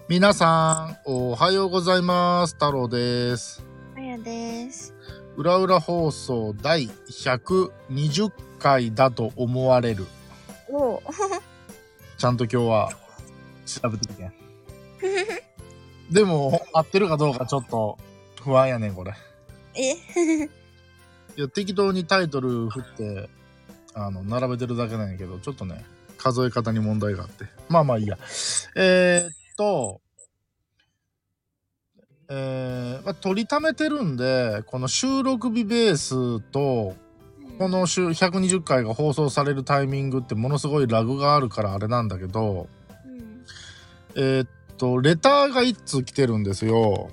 皆さん、おはようございます。太郎です。 あやです。 裏裏放送第120回だと思われる。 おちゃんと今日は調べてきて。でも、合ってるかどうかちょっと不安やねん、これ。いや、適当にタイトル振って、並べてるだけなんやけど、ちょっとね、数え方に問題があって。まあいいや。取りためてるんで、この収録日ベースと、この120回が放送されるタイミングってものすごいラグがあるからあれなんだけど、レターが1通来てるんですよ。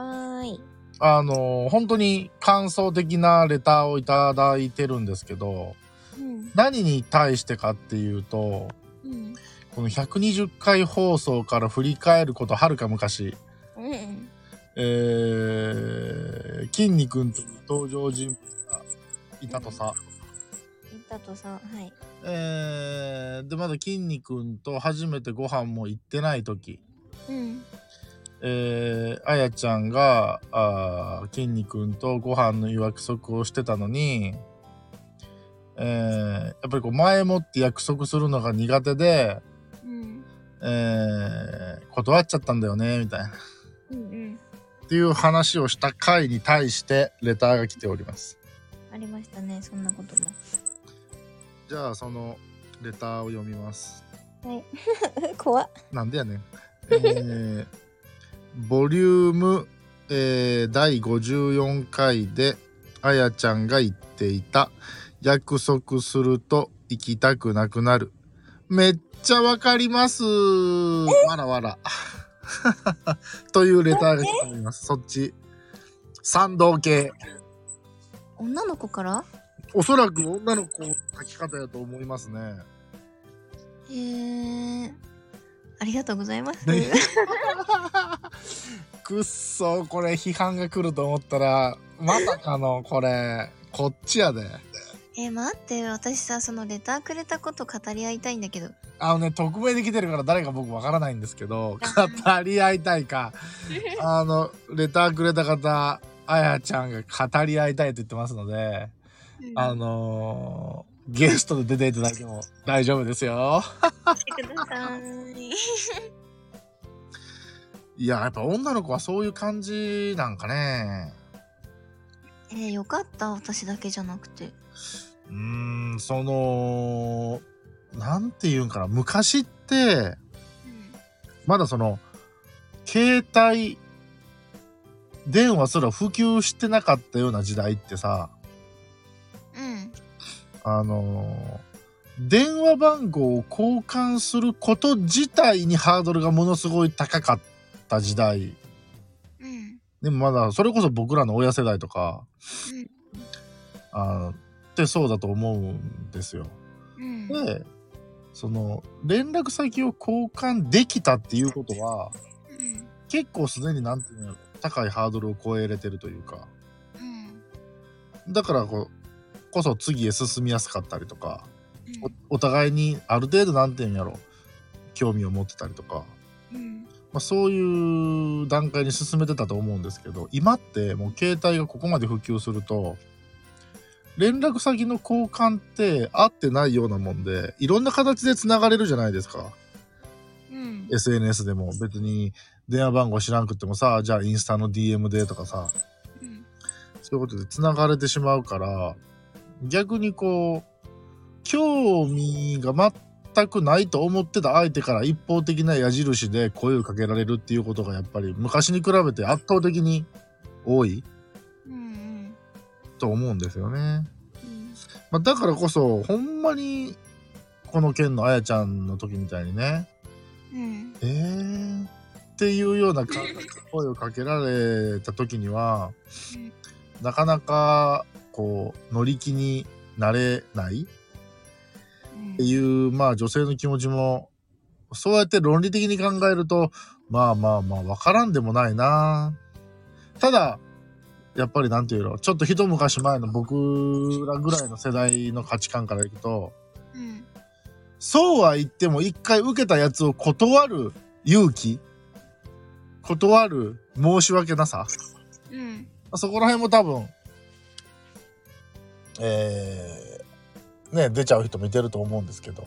本当に感想的なレターをいただいてるんですけど、何に対してかっていうと、この120回放送から振り返ることはるか昔、筋肉んという登場人物がいたとさ。 はい。 で、まだ筋肉んと初めてご飯も行ってない時。あやちゃんが、筋肉んとご飯の約束をしてたのに、やっぱりこう前もって約束するのが苦手で、断っちゃったんだよね、みたいな。っていう話をした回に対してレターが来ております。 ありましたね、そんなことも。 じゃあそのレターを読みます。 はい。怖っ。 なんでやねん。ボリューム、第54回であやちゃんが言っていた約束すると行きたくなくなる。めっちゃわかります。わらわら。というレターが来ております。そっち。賛同系。 女の子から？ おそらく女の子の書き方やと思いますね。 ありがとうございます。 くっそ、これ批判が来ると思ったら、まさかのこれ、こっちやで。 待って、私さ、そのレターくれたこと語り合いたいんだけど。 匿名で来てるから誰か僕わからないんですけど、語り合いたいか。レターくれた方、あやちゃんが語り合いたいと言ってますので、ゲストで出ていただいても大丈夫ですよ。 来てください。 いや、やっぱ女の子はそういう感じなんかね。 よかった、私だけじゃなくて。 なんていうんかな、昔って、まだその、携帯電話すら普及してなかったような時代ってさ、電話番号を交換すること自体にハードルがものすごい高かった時代。でもまだそれこそ僕らの親世代とか、ってそうだと思うんですよ。で、その連絡先を交換できたっていうことは、結構すでになんていうの、高いハードルを超えれてるというか、だからこそ次へ進みやすかったりとか、お互いにある程度なんていうんやろ、興味を持ってたりとか、そういう段階に進めてたと思うんですけど、今ってもう携帯がここまで普及すると、連絡先の交換って合ってないようなもんで、いろんな形で繋がれるじゃないですか。SNS でも別に電話番号知らんくってもさ、じゃあインスタの DM でとかさ、そういうことで繋がれてしまうから、逆にこう、興味が全くないと思ってた相手から一方的な矢印で声をかけられるっていうことがやっぱり昔に比べて圧倒的に多い、と思うんですよね。だからこそほんまにこの件のあやちゃんの時みたいにね、っていうような声をかけられた時には、なかなかこう乗り気になれないっていう、女性の気持ちもそうやって論理的に考えるとわからんでもないな。ただやっぱりなんていうの、ちょっと一昔前の僕らぐらいの世代の価値観からいくと、そうは言っても一回受けたやつを断る勇気断る申し訳なさ。 うん。 そこら辺も多分、ね、出ちゃう人もいてると思うんですけど。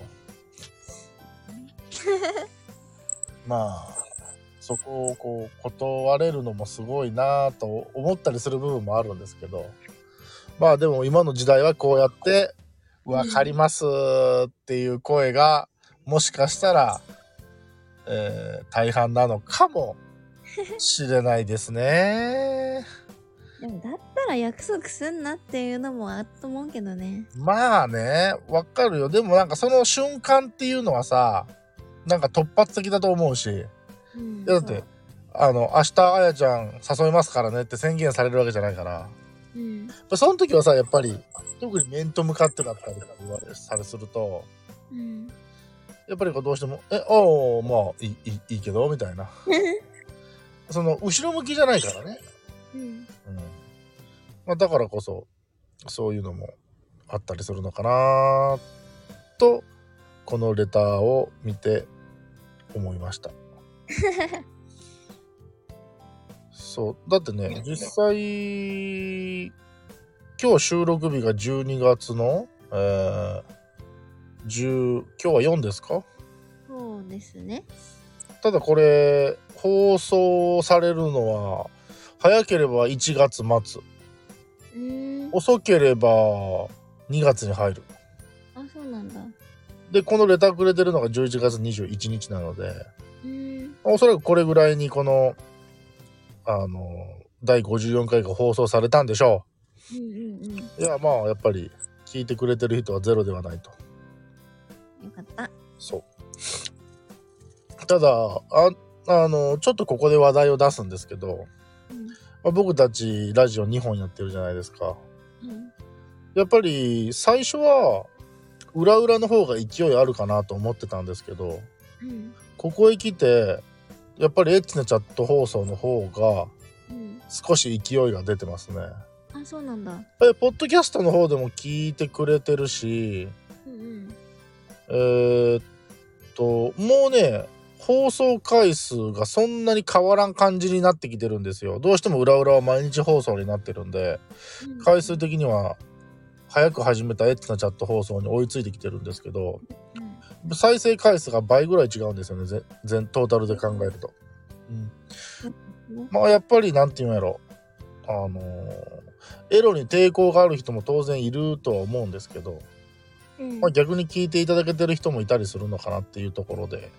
まあ、そこをこう、断れるのもすごいなぁと思ったりする部分もあるんですけど。まあでも今の時代はこうやって、わかりますっていう声が、もしかしたら、大半なのかもしれないですね。 でもだったら約束すんなっていうのもあると思うけどね。 まあね、わかるよ。でもなんかその瞬間っていうのはさ、なんか突発的だと思うし。 うん、 いやだって、明日あやちゃん誘いますからねって宣言されるわけじゃないから。 うん。 その時はさ、やっぱり、特に面と向かってだったりとか言われたりすると、 うん。 やっぱりこうどうしても、おー、まあ、いいけど、みたいな。その、後ろ向きじゃないからね。 うん。 うん。まあ、だからこそ、そういうのもあったりするのかなと、このレターを見て思いました。そう。だってね、実際、今日収録日が12月の、今日は4ですか？ そうですね。 ただこれ、放送されるのは、早ければ1月末。遅ければ2月に入る。 あ、そうなんだ。 で、このレターくれてるのが11月21日なので、おそらくこれぐらいにこの、第54回が放送されたんでしょう。いや、まあ、やっぱり、聞いてくれてる人はゼロではないと。 よかった。 そう。ただ、ちょっとここで話題を出すんですけど、僕たちラジオ2本やってるじゃないですか。やっぱり、最初は、裏裏の方が勢いあるかなと思ってたんですけど、ここへ来て、やっぱりエッチなチャット放送の方が、少し勢いが出てますね。 あ、そうなんだ。 ポッドキャストの方でも聞いてくれてるし、もうね、放送回数がそんなに変わらん感じになってきてるんですよ。どうしても裏裏は毎日放送になってるんで、回数的には早く始めたエッチなチャット放送に追いついてきてるんですけど、再生回数が倍ぐらい違うんですよね、全トータルで考えると。まあやっぱりなんていうんやろ、エロに抵抗がある人も当然いるとは思うんですけど、まあ、逆に聞いていただけてる人もいたりするのかなっていうところで、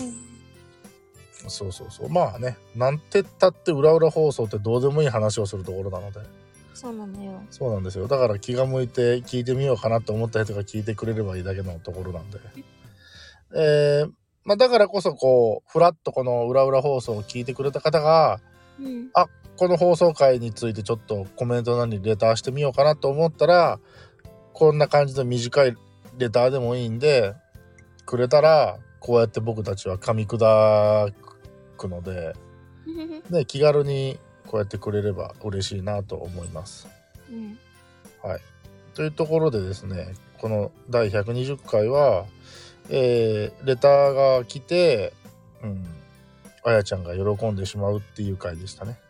そうまあね、なんてったって裏裏放送ってどうでもいい話をするところなので。 そうなんだよ。 そうなんですよ。だから気が向いて聞いてみようかなと思った人が聞いてくれればいいだけのところなんで。まあだからこそこう、ふらっとこの裏裏放送を聞いてくれた方が、あ、この放送回についてちょっとコメント欄にレターしてみようかなと思ったら、こんな感じの短いレターでもいいんで、くれたら、こうやって僕たちは噛み砕くので、ね、気軽にこうやってくれれば嬉しいなと思います。はい。というところでですね、この第120回は、レターが来て、あやちゃんが喜んでしまうっていう回でしたね。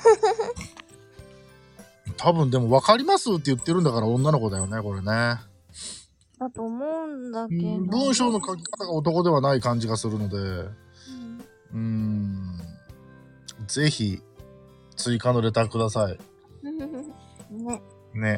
多分でも分かりますって言ってるんだから女の子だよね、これね。 だと思うんだけど。 文章の書き方が男ではない感じがするので、ぜひ追加のレターください。ね、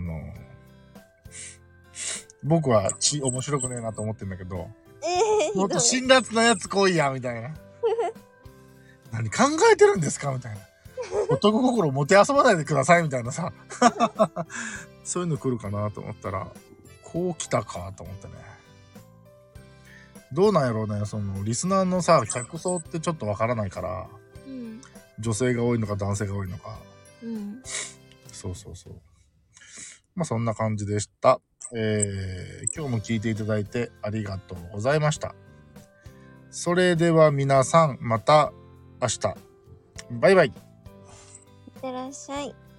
僕は面白くねえなと思ってんだけど、もっと辛辣なやつ来いやみたいな。何考えてるんですかみたいな。男心もてあそばないでくださいみたいなさ。そういうの来るかなと思ったら、こう来たかと思ってね。どうなんやろうね、そのリスナーのさ、客層ってちょっとわからないから、女性が多いのか男性が多いのか。そう。まあそんな感じでした。今日も聞いていただいてありがとうございました。それでは皆さん、また明日。バイバイ。 いってらっしゃい。